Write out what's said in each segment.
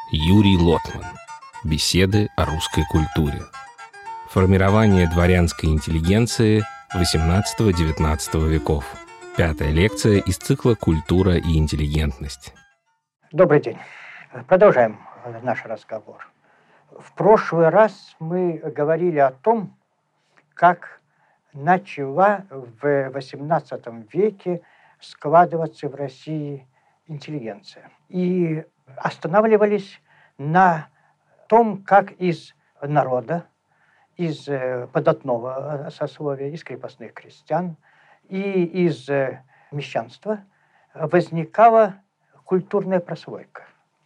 Юрий Лотман. Беседы о русской культуре. Формирование дворянской интеллигенции XVIII-XIX веков. Пятая лекция из цикла «Культура и интеллигентность». Добрый день. Продолжаем наш разговор. В прошлый раз мы говорили о том, как начала в XVIII веке складываться в России интеллигенция. И останавливались на том, как из народа, из податного сословия, из крепостных крестьян и из мещанства возникала культурная прослойка.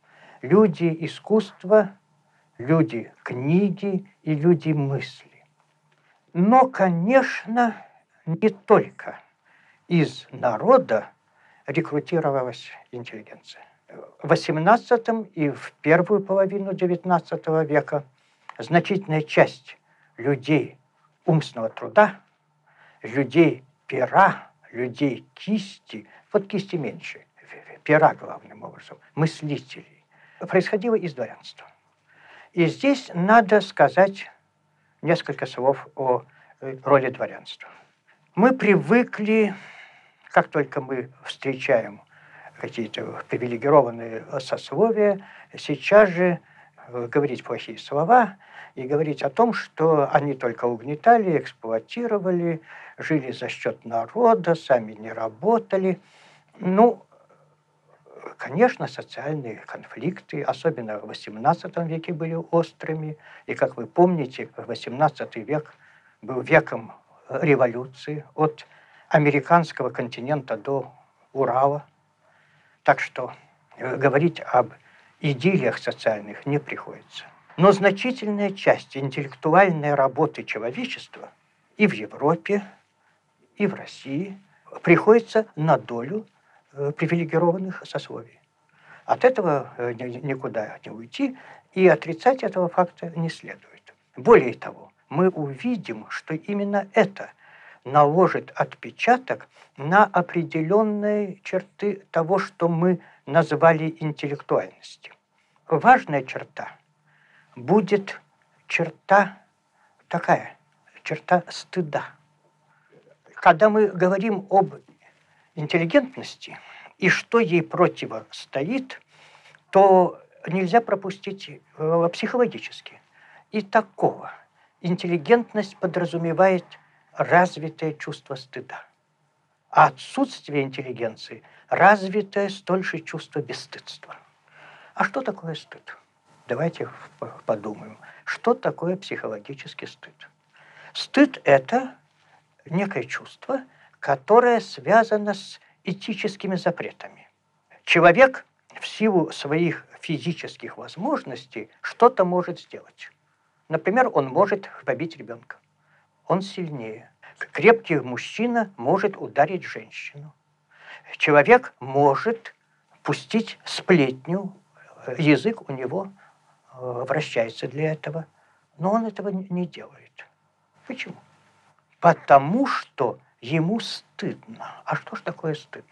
Люди искусства, люди книги и люди мысли. Но, конечно, не только из народа рекрутировалась интеллигенция. В XVIII и в первую половину XIX века значительная часть людей умственного труда, людей пера, людей кисти, вот кисти меньше, пера главным образом, мыслителей, происходила из дворянства. И здесь надо сказать несколько слов о роли дворянства. Мы привыкли, как только мы встречаем какие-то привилегированные сословия, сейчас же говорить плохие слова и говорить о том, что они только угнетали, эксплуатировали, жили за счет народа, сами не работали. Ну, конечно, социальные конфликты, особенно в XVIII веке, были острыми. И, как вы помните, XVIII век был веком революции от американского континента до Урала. Так что говорить об идиллиях социальных не приходится. Но значительная часть интеллектуальной работы человечества и в Европе, и в России приходится на долю привилегированных сословий. От этого никуда не уйти, и отрицать этого факта не следует. Более того, мы увидим, что именно это наложит отпечаток на определенные черты того, что мы назвали интеллектуальностью. Важная черта будет черта такая, черта стыда. Когда мы говорим об интеллигентности и что ей противостоит, то нельзя пропустить психологически. И такого. Интеллигентность подразумевает развитое чувство стыда. А отсутствие интеллигенции – развитое столь же чувство бесстыдства. А что такое стыд? Давайте подумаем. Что такое психологический стыд? Стыд – это некое чувство, которое связано с этическими запретами. Человек в силу своих физических возможностей что-то может сделать. Например, он может побить ребенка. Он сильнее. Крепкий мужчина может ударить женщину. Человек может пустить сплетню. Язык у него вращается для этого. Но он этого не делает. Почему? Потому что ему стыдно. А что ж такое стыдно?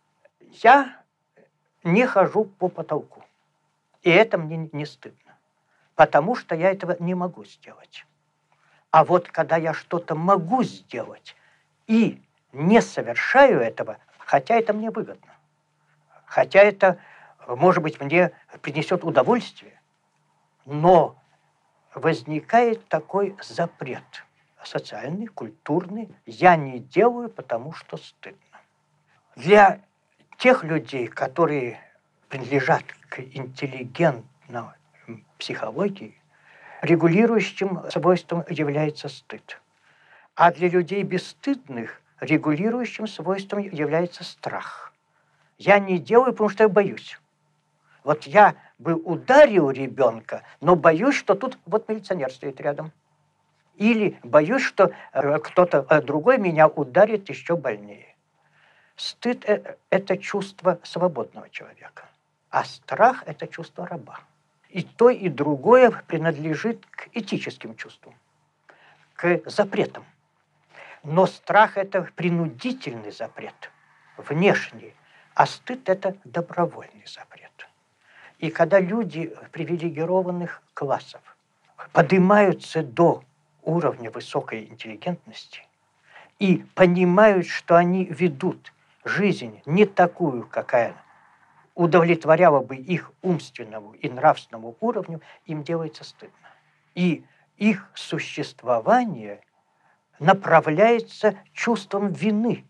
Я не хожу по потолку. И это мне не стыдно. Потому что я этого не могу сделать. А вот когда я что-то могу сделать и не совершаю этого, хотя это мне выгодно, хотя это, может быть, мне принесет удовольствие, но возникает такой запрет социальный, культурный. Я не делаю, потому что стыдно. Для тех людей, которые принадлежат к интеллигентной психологии, регулирующим свойством является стыд. А для людей бесстыдных регулирующим свойством является страх. Я не делаю, потому что я боюсь. Вот я бы ударил ребенка, но боюсь, что тут вот милиционер стоит рядом. Или боюсь, что кто-то другой меня ударит еще больнее. Стыд – это чувство свободного человека, а страх – это чувство раба. И то, и другое принадлежит к этическим чувствам, к запретам. Но страх – это принудительный запрет, внешний, а стыд – это добровольный запрет. И когда люди привилегированных классов поднимаются до уровня высокой интеллигентности и понимают, что они ведут жизнь не такую, какая удовлетворяла бы их умственному и нравственному уровню, им делается стыдно. И их существование направляется чувством вины.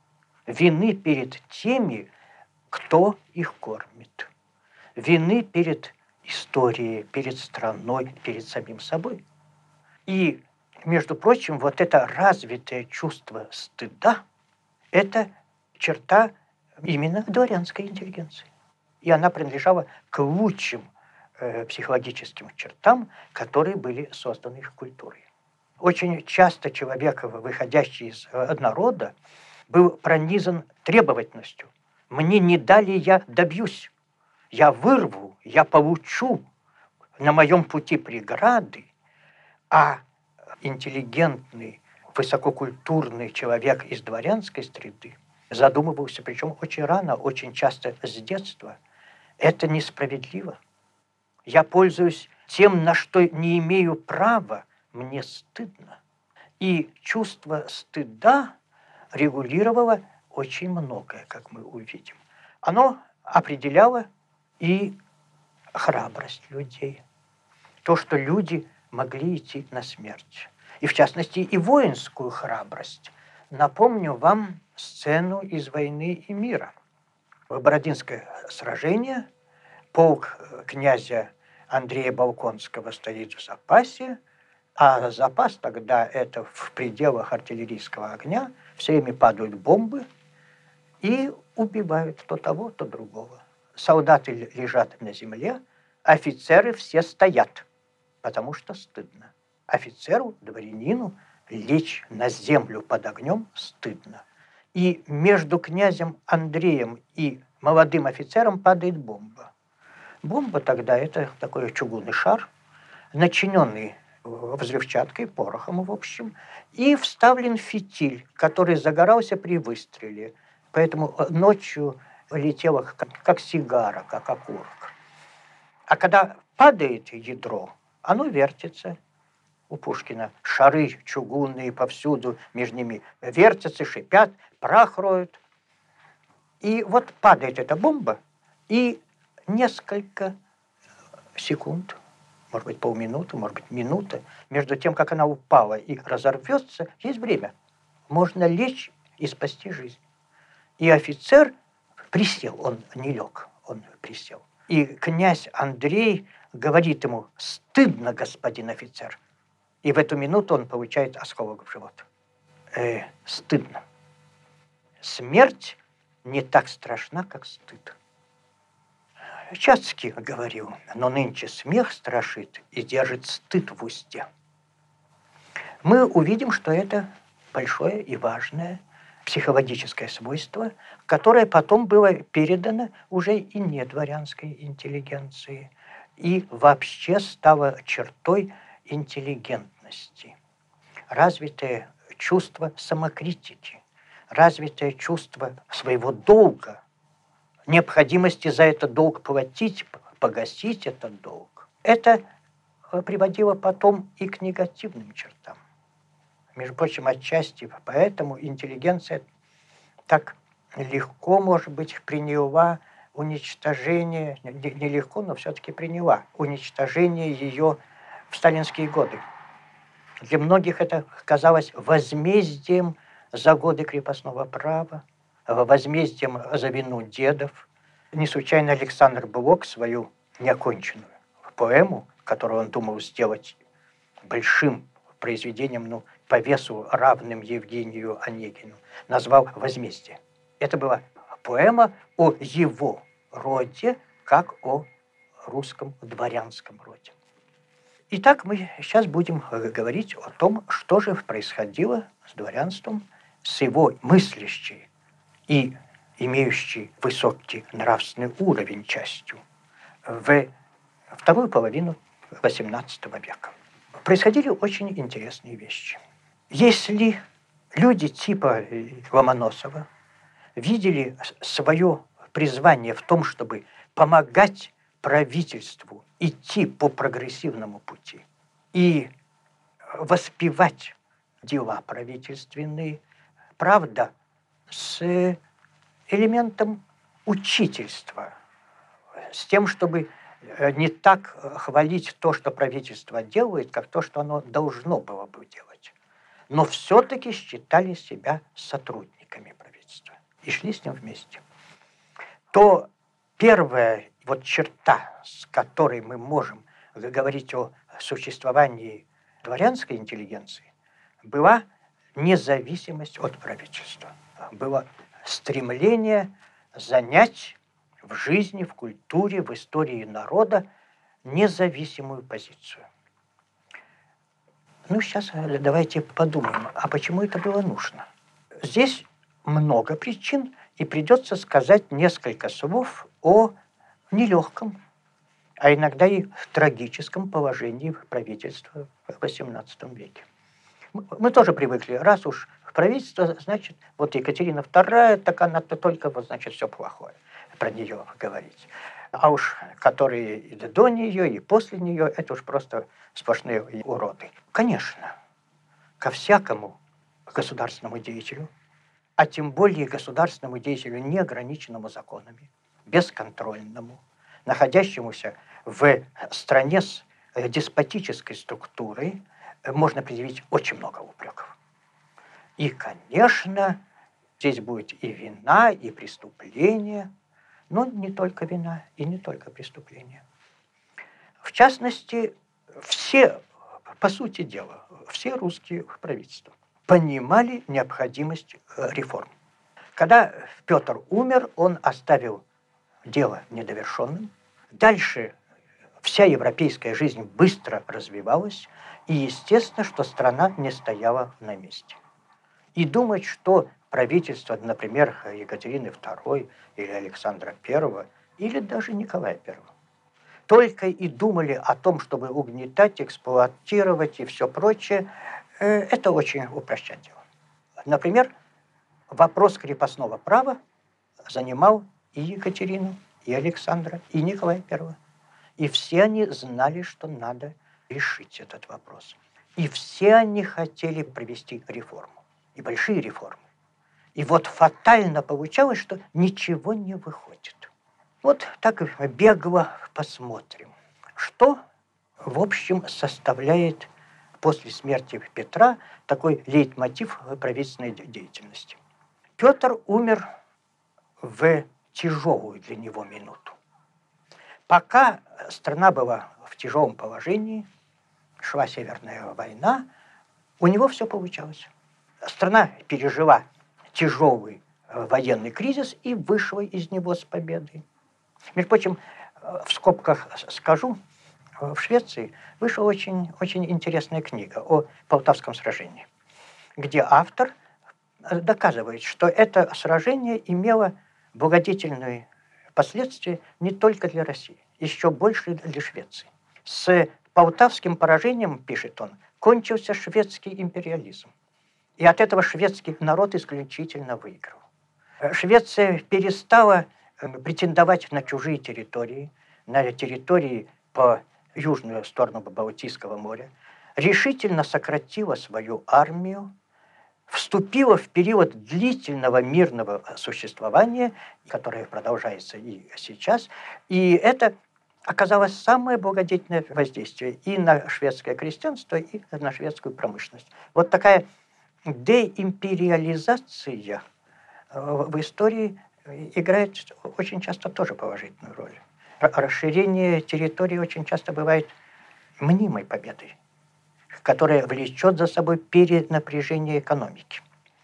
Вины перед теми, кто их кормит. Вины перед историей, перед страной, перед самим собой. И, между прочим, вот это развитое чувство стыда – это черта именно дворянской интеллигенции. И она принадлежала к лучшим психологическим чертам, которые были созданы их культурой. Очень часто человек, выходящий из народа, был пронизан требовательностью. Мне не дали, я добьюсь. Я вырву, я получу. На моем пути преграды. А интеллигентный, высококультурный человек из дворянской среды задумывался, причем очень рано, очень часто с детства. Это несправедливо. Я пользуюсь тем, на что не имею права, мне стыдно. И чувство стыда регулировало очень многое, как мы увидим. Оно определяло и храбрость людей. То, что люди могли идти на смерть. И, в частности, и воинскую храбрость. Напомню вам сцену из «Войны и мира». Бородинское сражение, полк князя Андрея Болконского стоит в запасе, а запас тогда это в пределах артиллерийского огня, все время падают бомбы и убивают то того, то другого. Солдаты лежат на земле, офицеры все стоят, потому что стыдно. Офицеру, дворянину лечь на землю под огнем стыдно. И между князем Андреем и молодым офицером падает бомба. Бомба тогда это такой чугунный шар, начиненный взрывчаткой, порохом, в общем, и вставлен фитиль, который загорался при выстреле. Поэтому ночью летело как сигара, как окурок. А когда падает ядро, оно вертится. У Пушкина шары чугунные повсюду, между ними вертятся, шипят, прах роют. И вот падает эта бомба, и несколько секунд, может быть, полминуты, может быть, минута, между тем, как она упала и разорвется, есть время. Можно лечь и спасти жизнь. И офицер присел, он не лег, он присел. И князь Андрей говорит ему: «Стыдно, господин офицер». И в эту минуту он получает осколок в живот. Стыдно. Смерть не так страшна, как стыд. Чацкий говорил: но нынче смех страшит и держит стыд в узде. Мы увидим, что это большое и важное психологическое свойство, которое потом было передано уже и не дворянской интеллигенции, и вообще стало чертой интеллигентности. Развитое чувство самокритики, развитое чувство своего долга, необходимости за этот долг платить, погасить этот долг. Это приводило потом и к негативным чертам. Между прочим, отчасти поэтому интеллигенция так легко, может быть, приняла уничтожение, нелегко, но все-таки приняла уничтожение ее в сталинские годы. Для многих это казалось возмездием за годы крепостного права, возмездием за вину дедов. Не случайно Александр Блок свою неоконченную поэму, которую он думал сделать большим произведением, по весу равным Евгению Онегину, назвал «Возмездие». Это была поэма о его роде, как о русском дворянском роде. Итак, мы сейчас будем говорить о том, что же происходило с дворянством, с его мыслящей и имеющей высокий нравственный уровень частью в вторую половину XVIII века. Происходили очень интересные вещи. Если люди типа Ломоносова видели свое призвание в том, чтобы помогать правительству идти по прогрессивному пути и воспевать дела правительственные, правда, с элементом учительства, с тем, чтобы не так хвалить то, что правительство делает, как то, что оно должно было бы делать. Но все-таки считали себя сотрудниками правительства и шли с ним вместе. То первая черта, с которой мы можем говорить о существовании дворянской интеллигенции, была независимость от правительства. Было стремление занять в жизни, в культуре, в истории народа независимую позицию. Сейчас давайте подумаем, а почему это было нужно? Здесь много причин, и придется сказать несколько слов о нелегком, а иногда и трагическом положении правительства в XVIII веке. Мы тоже привыкли, раз уж правительство, значит, Екатерина II, так она-то только, все плохое про нее говорить. А уж которые и до нее, и после нее, это уж просто сплошные уроды. Конечно, ко всякому государственному деятелю, а тем более государственному деятелю, не ограниченному законами, бесконтрольному, находящемуся в стране с деспотической структурой, можно предъявить очень много упреков. И, конечно, здесь будет и вина, и преступление, но не только вина и не только преступление. В частности, все, по сути дела, все русские правительства понимали необходимость реформ. Когда Петр умер, он оставил дело недовершенным. Дальше вся европейская жизнь быстро развивалась, и естественно, что страна не стояла на месте. И думать, что правительство, например, Екатерины II или Александра I, или даже Николая I, только и думали о том, чтобы угнетать, эксплуатировать и все прочее, это очень упрощает дело. Например, вопрос крепостного права занимал и Екатерину, и Александра, и Николая I. И все они знали, что надо решить этот вопрос. И все они хотели провести реформу, и большие реформы. И фатально получалось, что ничего не выходит. Так бегло посмотрим, что, в общем, составляет после смерти Петра такой лейтмотив правительственной деятельности. Петр умер в тяжелую для него минуту. Пока страна была в тяжелом положении, шла Северная война, у него все получалось. Страна пережила тяжелый военный кризис и вышла из него с победой. Между прочим, в скобках скажу, в Швеции вышла очень, очень интересная книга о Полтавском сражении, где автор доказывает, что это сражение имело благодетельные последствия не только для России, еще больше для Швеции. С Полтавским поражением, пишет он, кончился шведский империализм. И от этого шведский народ исключительно выиграл. Швеция перестала претендовать на чужие территории, на территории по южную сторону Балтийского моря, решительно сократила свою армию, вступила в период длительного мирного существования, которое продолжается и сейчас, и это оказалось самое благодетельное воздействие и на шведское крестьянство, и на шведскую промышленность. Такая деимпериализация в истории играет очень часто тоже положительную роль. Расширение территории очень часто бывает мнимой победой, которая влечет за собой перенапряжение экономики.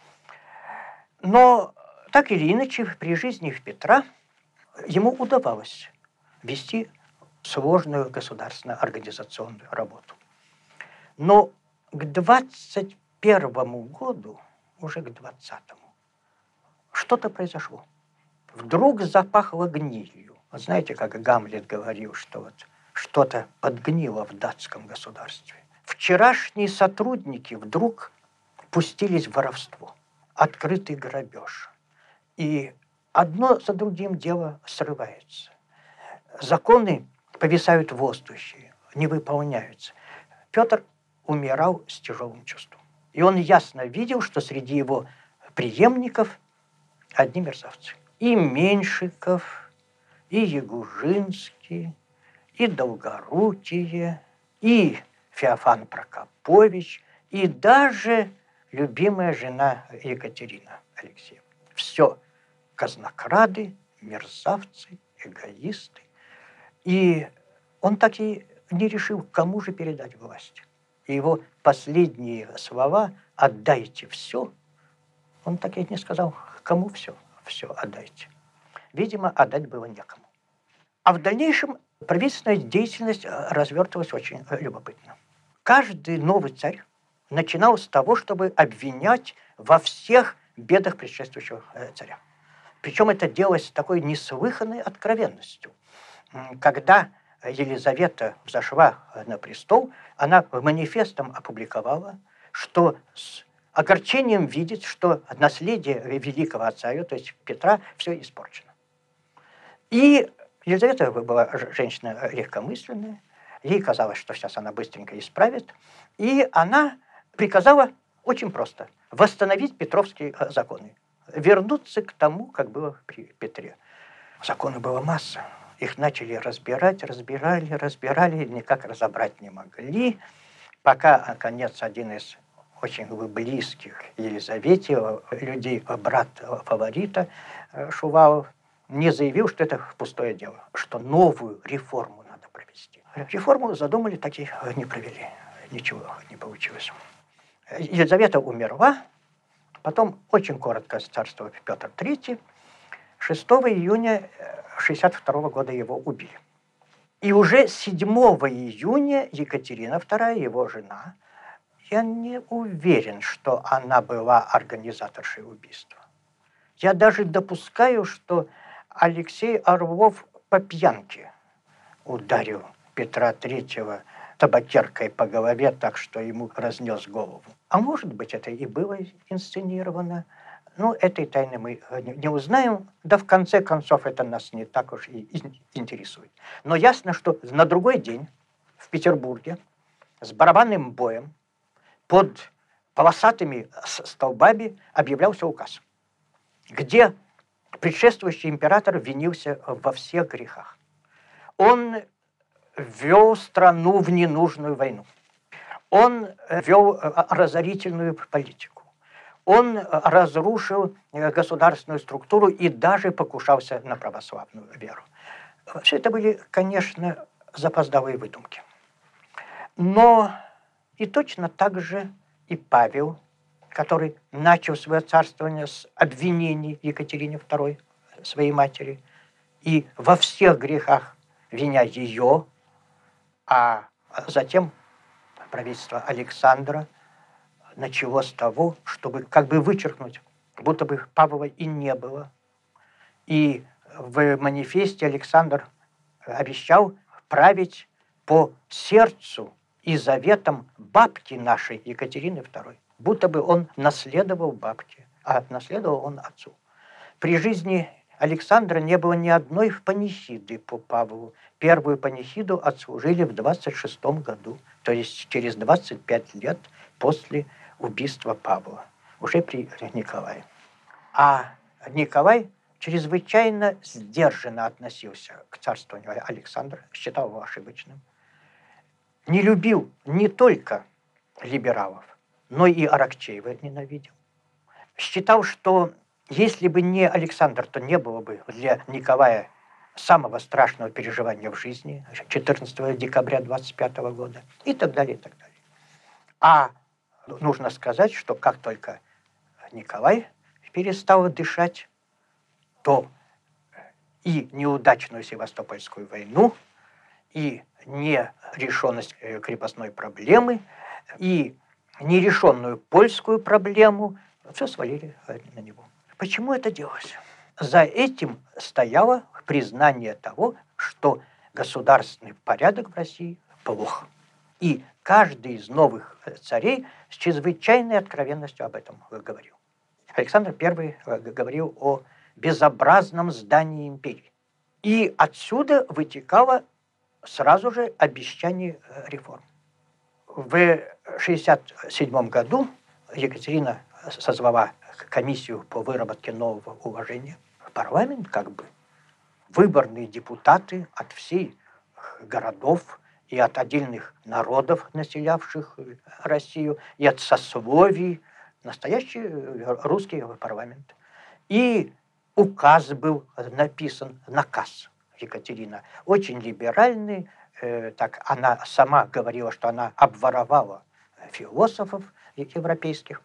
Но так или иначе, при жизни Петра ему удавалось вести сложную государственно-организационную работу. Но к 21 году, уже к 20-му, что-то произошло. Вдруг запахло гнилью. Знаете, как Гамлет говорил, что что-то подгнило в датском государстве. Вчерашние сотрудники вдруг пустились в воровство, открытый грабеж. И одно за другим дело срывается. законы повисают в воздухе, не выполняются. Петр умирал с тяжелым чувством. И он ясно видел, что среди его преемников одни мерзавцы. И Меньшиков, и Ягужинский, и Долгорукие, и Феофан Прокопович, и даже любимая жена Екатерина Алексеевна. Все казнокрады, мерзавцы, эгоисты. И он так и не решил, кому же передать власть. И его последние слова «отдайте все», он так и не сказал, кому все отдайте. Видимо, отдать было некому. А в дальнейшем правительственная деятельность развертывалась очень любопытно. Каждый новый царь начинал с того, чтобы обвинять во всех бедах предшествующего царя. Причем это делалось с такой неслыханной откровенностью. Когда Елизавета взошла на престол, она манифестом опубликовала, что с огорчением видит, что наследие великого царя, то есть Петра, все испорчено. И Елизавета была женщина легкомысленная, ей казалось, что сейчас она быстренько исправит, и она приказала очень просто восстановить петровские законы, вернуться к тому, как было при Петре. Законов было масса. Их начали разбирали, никак разобрать не могли, пока, наконец, один из очень близких Елизавете людей, брат фаворита Шувалов, не заявил, что это пустое дело, что новую реформу надо провести. Реформу задумали, так и не провели. Ничего не получилось. Елизавета умерла, потом очень коротко царствовал Петр III. 6 июня 1962 года его убили. И уже 7 июня Екатерина II, его жена, я не уверен, что она была организаторшей убийства. Я даже допускаю, что Алексей Орлов по пьянке ударил Петра III табакеркой по голове, так что ему разнес голову. А может быть, это и было инсценировано. Ну, этой тайны мы не узнаем, да в конце концов это нас не так уж и интересует. Но ясно, что на другой день в Петербурге с барабанным боем под полосатыми столбами объявлялся указ, где предшествующий император винился во всех грехах. Он ввел страну в ненужную войну. Он вел разорительную политику. Он разрушил государственную структуру и даже покушался на православную веру. Все это были, конечно, запоздалые выдумки. Но и точно так же и Павел, который начал свое царствование с обвинений Екатерине II, своей матери, и во всех грехах виня ее, а затем правительство Александра начало с того, чтобы как бы вычеркнуть, будто бы Павла и не было. И в манифесте Александр обещал править по сердцу и заветам бабки нашей Екатерины II, будто бы он наследовал бабке, а наследовал он отцу. При жизни Александра не было ни одной панихиды по Павлу. Первую панихиду отслужили в 26 году, то есть через 25 лет после убийства Павла, уже при Николае. А Николай чрезвычайно сдержанно относился к царствованию Александра, считал его ошибочным. Не любил не только либералов, но и Аракчеева ненавидел. Считал, что если бы не Александр, то не было бы для Николая самого страшного переживания в жизни 14 декабря 25 года и так далее, и так далее. А нужно сказать, что как только Николай перестал дышать, то и неудачную Севастопольскую войну, и нерешенность крепостной проблемы, и нерешенную польскую проблему все свалили на него. Почему это делалось? За этим стояло признание того, что государственный порядок в России плох. И каждый из новых царей с чрезвычайной откровенностью об этом говорил. Александр I говорил о безобразном здании империи. И отсюда вытекало сразу же обещание реформ. В 1967 году Екатерина созвала комиссию по выработке нового уложения. Парламент как бы выборные депутаты от всех городов и от отдельных народов, населявших Россию, и от сословий, настоящий русский парламент. И указ был написан, наказ Екатерина, очень либеральный. Так она сама говорила, что она обворовала философов европейских.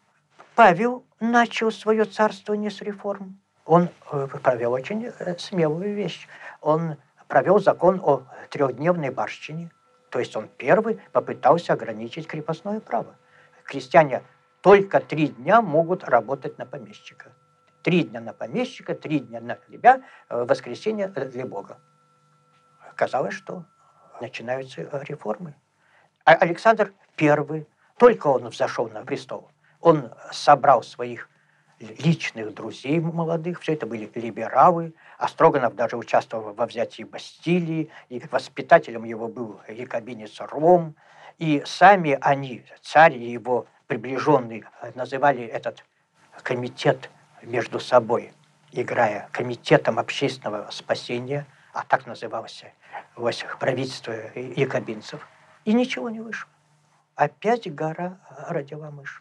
Павел начал свое царствование с реформ. Он провел очень смелую вещь. Он провел закон о трехдневной барщине. То есть он первый попытался ограничить крепостное право. Крестьяне только 3 дня могут работать на помещика. 3 дня на помещика, 3 дня на себя, воскресенье для Бога. Казалось, что начинаются реформы. А Александр I, только он взошел на престол, он собрал своих личных друзей молодых, все это были либералы, а Строганов даже участвовал во взятии Бастилии, и воспитателем его был якобинец Ром, и сами они, царь и его приближенные, называли этот комитет между собой, играя комитетом общественного спасения, а так называлось правительство якобинцев, и ничего не вышло. Опять гора родила мышь.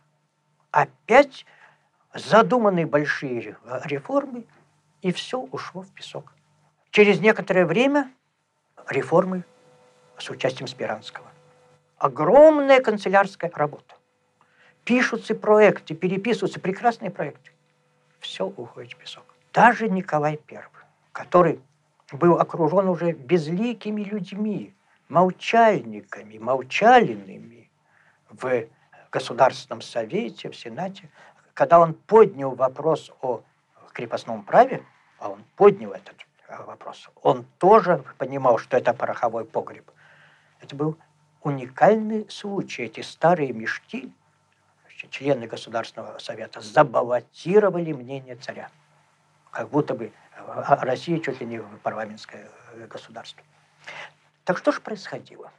Опять задуманы большие реформы, и все ушло в песок. Через некоторое время реформы с участием Спиранского. Огромная канцелярская работа. Пишутся проекты, переписываются прекрасные проекты. Все уходит в песок. Даже Николай I, который был окружен уже безликими людьми, молчальниками, молчалинами в Государственном Совете, в Сенате, когда он поднял вопрос о крепостном праве, а он поднял этот вопрос, он тоже понимал, что это пороховой погреб. Это был уникальный случай. Эти старые мешки, члены Государственного Совета, забаллотировали мнение царя. Как будто бы Россия чуть ли не парламентское государство. Так что же происходило?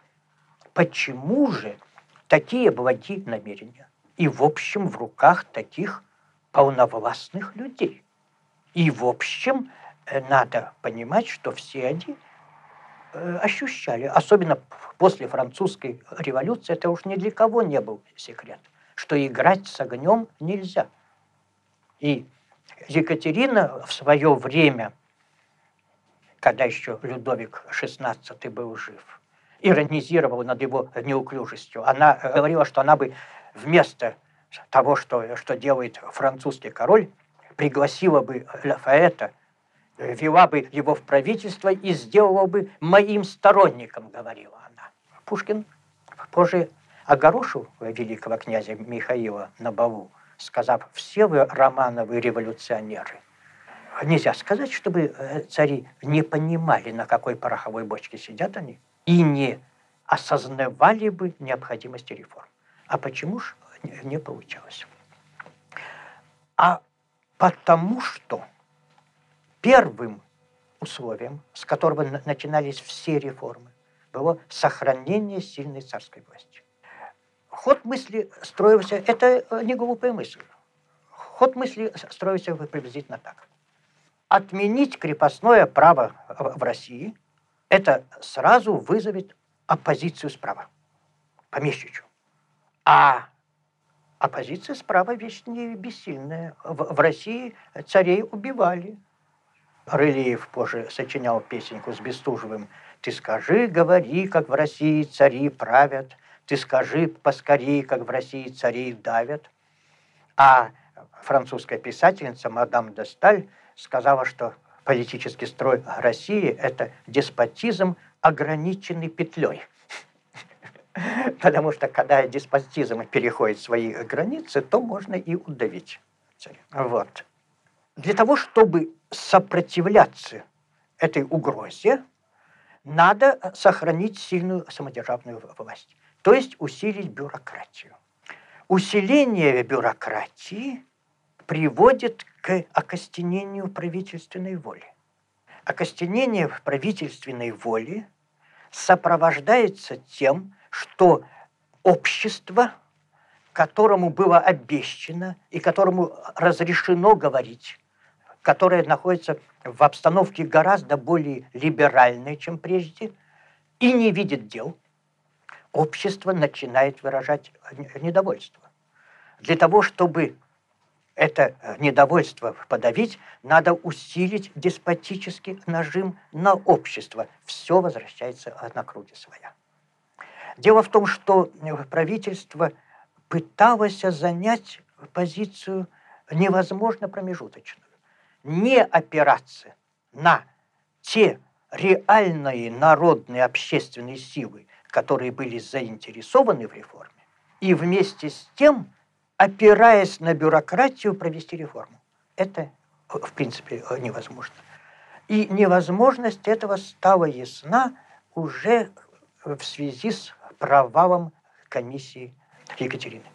Почему же такие благие намерения? И в общем в руках таких полновластных людей. И в общем надо понимать, что все они ощущали, особенно после французской революции, это уж ни для кого не был секрет, что играть с огнем нельзя. И Екатерина в свое время, когда еще Людовик XVI был жив, иронизировала над его неуклюжестью. Она говорила, что она бы вместо того, что делает французский король, пригласила бы Лафаэта, ввела бы его в правительство и сделала бы моим сторонником, говорила она. Пушкин позже огорошил великого князя Михаила на балу, сказав: все вы Романовы революционеры. Нельзя сказать, чтобы цари не понимали, на какой пороховой бочке сидят они, и не осознавали бы необходимости реформ. А почему ж не получалось? А потому что первым условием, с которого начинались все реформы, было сохранение сильной царской власти. Ход мысли строился, это не глупая мысль, ход мысли строился приблизительно так. Отменить крепостное право в России – это сразу вызовет оппозицию справа, помещичью. А оппозиция справа вещь не бессильная. В России царей убивали. Рылеев позже сочинял песенку с Бестужевым: «Ты скажи, говори, как в России цари правят, ты скажи поскорей, как в России царей давят». А французская писательница мадам де Сталь сказала, что политический строй России – это деспотизм, ограниченный петлей. Потому что когда деспотизм переходит свои границы, то можно и удавить. Вот. Для того, чтобы сопротивляться этой угрозе, надо сохранить сильную самодержавную власть, то есть усилить бюрократию. Усиление бюрократии приводит к окостенению правительственной воли. окостенение правительственной воли сопровождается тем, что общество, которому было обещано и которому разрешено говорить, которое находится в обстановке гораздо более либеральной, чем прежде, и не видит дел, общество начинает выражать недовольство. Для того, чтобы это недовольство подавить, надо усилить деспотический нажим на общество. Все возвращается на круги своя. Дело в том, что правительство пыталось занять позицию невозможно промежуточную. Не опираться на те реальные народные общественные силы, которые были заинтересованы в реформе, и вместе с тем, опираясь на бюрократию, провести реформу. Это, в принципе, невозможно. И невозможность этого стала ясна уже в связи с провалом комиссии Екатерины.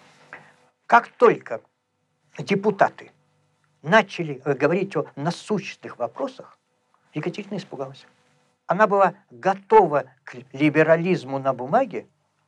Как только депутаты начали говорить о насущных вопросах, Екатерина испугалась. Она была готова к либерализму на бумаге,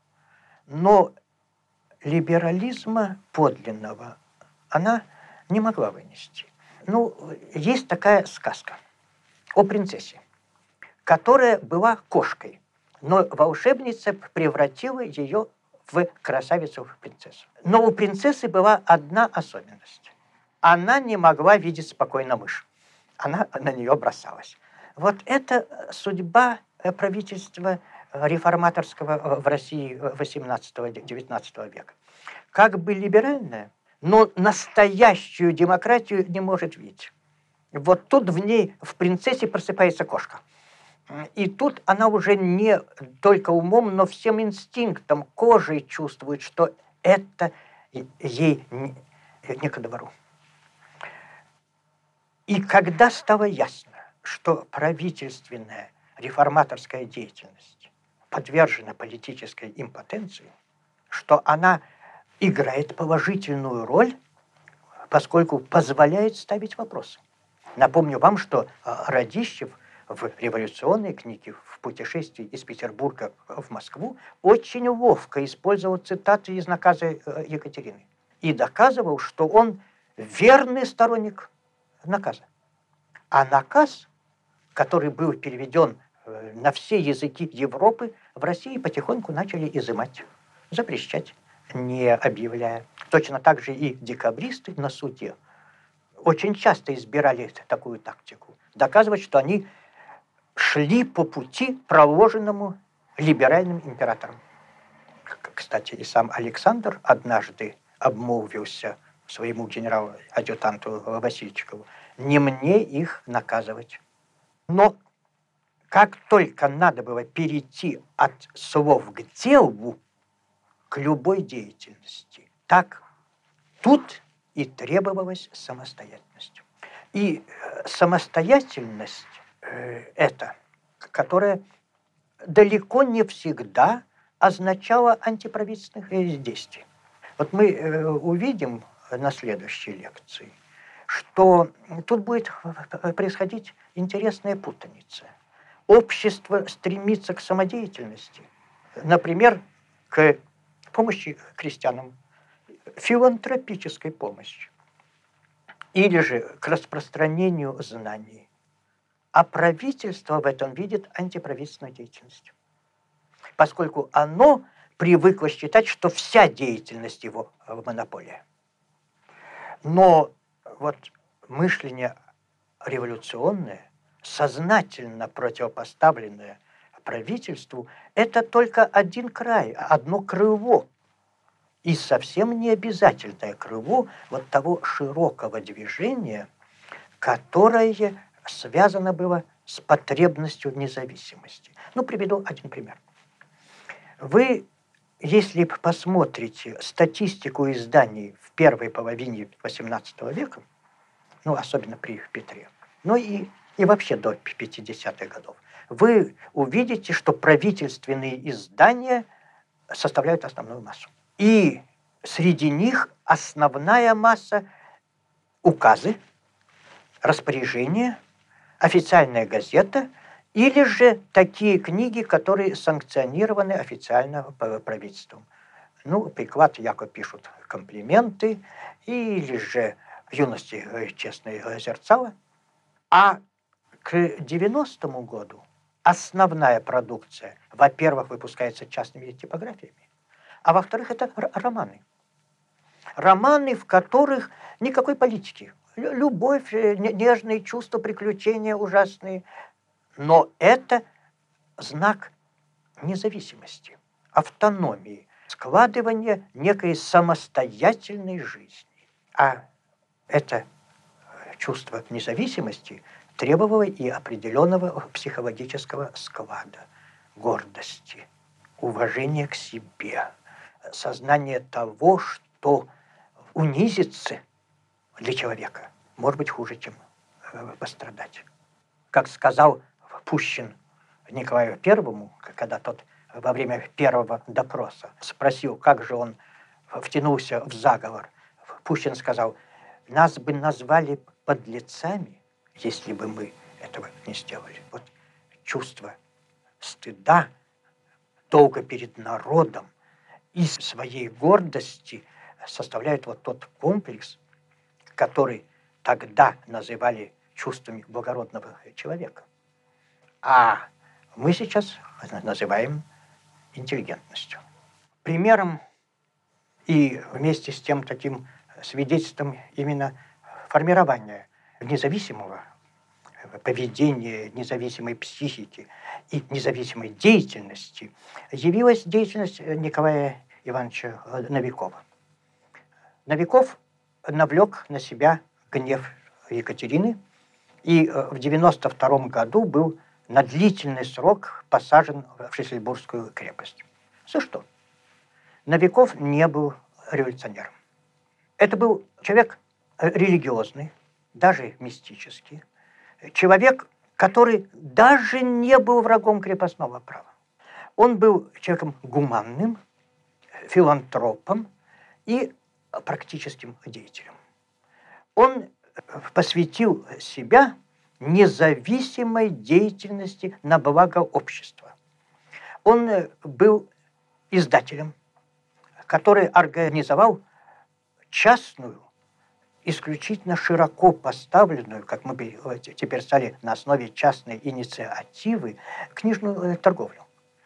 но либерализма подлинного она не могла вынести. Ну, есть такая сказка о принцессе, которая была кошкой, но волшебница превратила ее в красавицу, в принцессу. Но у принцессы была одна особенность. Она не могла видеть спокойно мышь. Она на нее бросалась. Вот это судьба правительства реформаторского в России XVIII-XIX века. Как бы либеральная, но настоящую демократию не может видеть. Вот тут в ней, в принцессе, просыпается кошка. И тут она уже не только умом, но всем инстинктом, кожей чувствует, что это ей не ко двору. И когда стало ясно, что правительственная реформаторская деятельность подвержена политической импотенции, что она играет положительную роль, поскольку позволяет ставить вопросы. Напомню вам, что Радищев в революционной книге «В путешествии из Петербурга в Москву» очень ловко использовал цитаты из наказа Екатерины и доказывал, что он верный сторонник наказа. А наказ, который был переведен на все языки Европы, в России потихоньку начали изымать, запрещать, не объявляя. Точно так же и декабристы на суде очень часто избирали такую тактику. Доказывать, что они шли по пути, проложенному либеральным императором. Кстати, и сам Александр однажды обмолвился своему генералу-адъютанту Васильчикову: не мне их наказывать. Но как только надо было перейти от слов к делу, к любой деятельности, так тут и требовалась самостоятельность. И самостоятельность эта, которая далеко не всегда означала антиправительственных действий. Вот мы увидим на следующей лекции, что тут будет происходить интересная путаница. Общество стремится к самодеятельности, например, к помощи крестьянам, филантропической помощи, или же к распространению знаний. А правительство в этом видит антиправительственную деятельность, поскольку оно привыкло считать, что вся деятельность его монополия. Но вот мышление революционное, сознательно противопоставленное правительству, это только один край, одно крыло. И совсем не обязательное крыло вот того широкого движения, которое связано было с потребностью независимости. Ну, приведу один пример. Вы, если посмотрите статистику изданий в первой половине XVIII века, ну, особенно при Петре, ну и вообще до 50-х годов, вы увидите, что правительственные издания составляют основную массу. И среди них основная масса – указы, распоряжения, официальная газета или же такие книги, которые санкционированы официально правительством. Ну, приклад яко пишут комплименты, или же в юности честное зерцало. А к 90-му году основная продукция, во-первых, выпускается частными типографиями, а во-вторых, это романы. Романы, в которых никакой политики. Любовь, нежные чувства, приключения ужасные. Но это знак независимости, автономии, складывания некой самостоятельной жизни. А это чувство независимости требовало и определенного психологического склада, гордости, уважения к себе, сознания того, что унизиться для человека может быть хуже, чем пострадать. Как сказал Пущин Николаю Первому, когда тот во время первого допроса спросил, как же он втянулся в заговор, Пущин сказал: нас бы назвали подлецами, если бы мы этого не сделали. Вот чувство стыда, долга перед народом и своей гордости составляют вот тот комплекс, который тогда называли чувствами благородного человека. А мы сейчас называем интеллигентностью. Примером и вместе с тем таким свидетельством именно формирования независимого поведения, независимой психики и независимой деятельности явилась деятельность Николая Ивановича Новикова. Новиков навлек на себя гнев Екатерины и в 1992 году был на длительный срок посажен в Шлиссельбургскую крепость. За что? Новиков не был революционером. Это был человек религиозный, даже мистический, человек, который даже не был врагом крепостного права. Он был человеком гуманным, филантропом и практическим деятелем. Он посвятил себя независимой деятельности на благо общества. Он был издателем, который организовал частную, исключительно широко поставленную, как мы теперь стали на основе частной инициативы, книжную торговлю.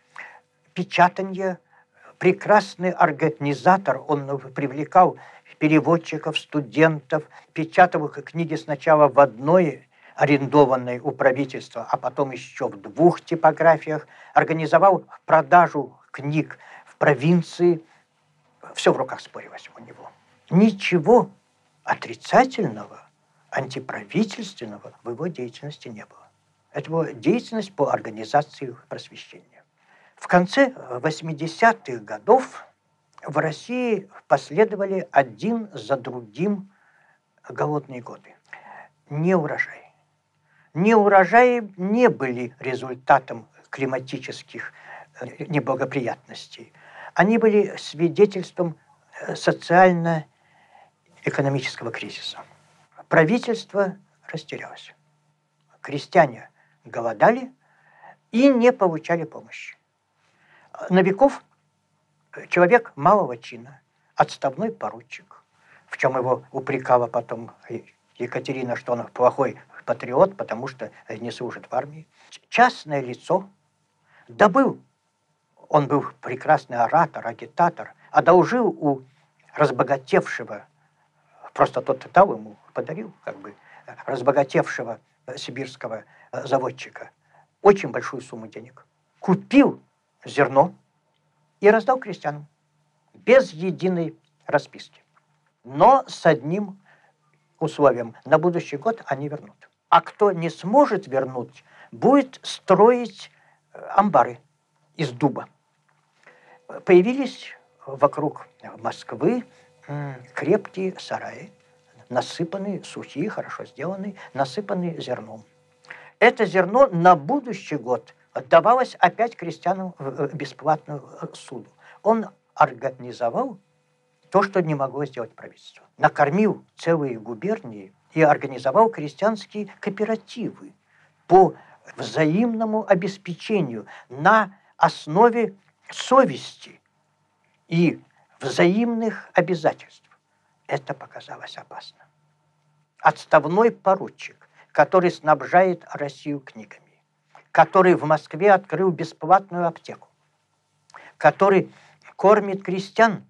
Печатанье, прекрасный организатор, он привлекал переводчиков, студентов, печатал книги сначала в одной арендованной у правительства, а потом еще в 2 типографиях, организовал продажу книг в провинции. Все в руках спорилось у него. Ничего отрицательного, антиправительственного в его деятельности не было. Это была деятельность по организации просвещения. В конце 80-х годов в России последовали один за другим голодные годы. Неурожай. Неурожаи не были результатом климатических неблагоприятностей. Они были свидетельством социально-экономического кризиса. Правительство растерялось. Крестьяне голодали и не получали помощи. Новиков, человек малого чина, отставной поручик, в чем его упрекала потом Екатерина, что он плохой патриот, потому что не служит в армии. Частное лицо добыл. Он был прекрасный оратор, агитатор, одолжил у разбогатевшего, просто тот дал ему, подарил, разбогатевшего сибирского заводчика очень большую сумму денег. Купил зерно и раздал крестьянам без единой расписки. Но с одним условием: на будущий год они вернут. А кто не сможет вернуть, будет строить амбары из дуба. Появились вокруг Москвы крепкие сараи, насыпанные, сухие, хорошо сделанные, насыпанные зерном. Это зерно на будущий год отдавалось опять крестьянам в бесплатную суду. Он организовал то, что не могло сделать правительство. Накормил целые губернии и организовал крестьянские кооперативы, по взаимному обеспечению на основе совести и взаимных обязательств. Это показалось опасно. Отставной поручик, который снабжает Россию книгами, который в Москве открыл бесплатную аптеку, который кормит крестьян,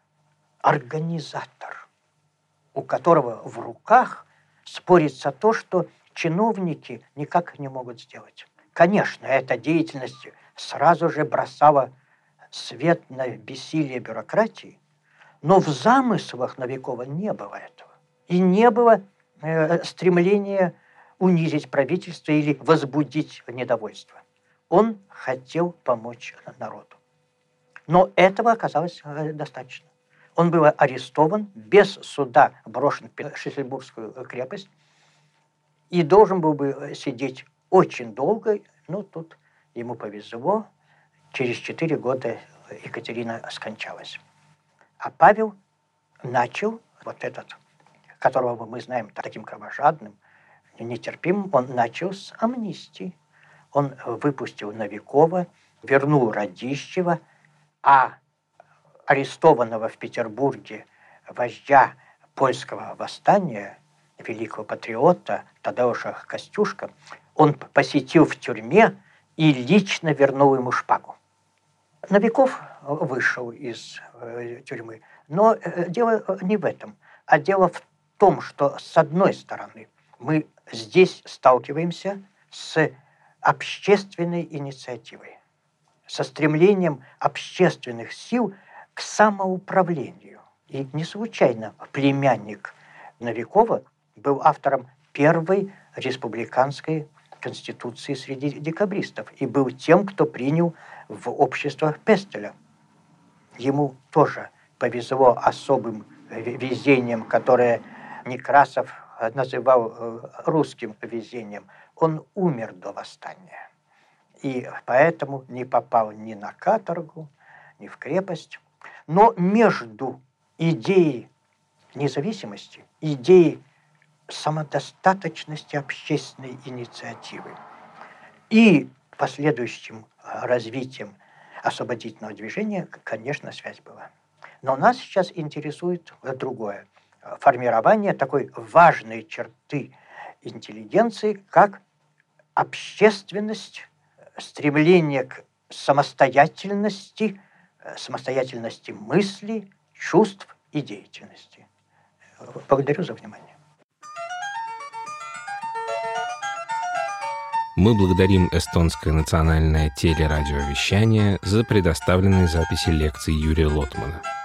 организатор, у которого в руках спорится то, что чиновники никак не могут сделать. Конечно, эта деятельность сразу же бросала свет на бессилие бюрократии, но в замыслах Новикова не было этого. И не было стремления унизить правительство или возбудить недовольство. Он хотел помочь народу. Но этого оказалось достаточно. Он был арестован, без суда брошен в Шлиссельбургскую крепость и должен был бы сидеть очень долго, но тут ему повезло. Через 4 года Екатерина скончалась. А Павел начал, вот этот, которого мы знаем таким кровожадным, нетерпимым, он начал с амнистии. Он выпустил Новикова, вернул Радищева, а арестованного в Петербурге вождя польского восстания, великого патриота Тадеуша Костюшка, он посетил в тюрьме и лично вернул ему шпагу. Новиков вышел из тюрьмы, но дело не в этом, а дело в том, что с одной стороны мы здесь сталкиваемся с общественной инициативой, со стремлением общественных сил к самоуправлению. И не случайно племянник Новикова был автором первой республиканской конституции среди декабристов и был тем, кто принял в общество Пестеля. Ему тоже повезло особым везением, которое Некрасов называл русским везением. Он умер до восстания. И поэтому не попал ни на каторгу, ни в крепость. Но между идеей независимости, идеей самодостаточности общественной инициативы и последующим развитием освободительного движения, конечно, связь была. Но нас сейчас интересует другое. Формирование такой важной черты интеллигенции, как общественность, стремление к самостоятельности мысли, чувств и деятельности. Благодарю за внимание. Мы благодарим Эстонское национальное телерадиовещание за предоставленные записи лекций Юрия Лотмана.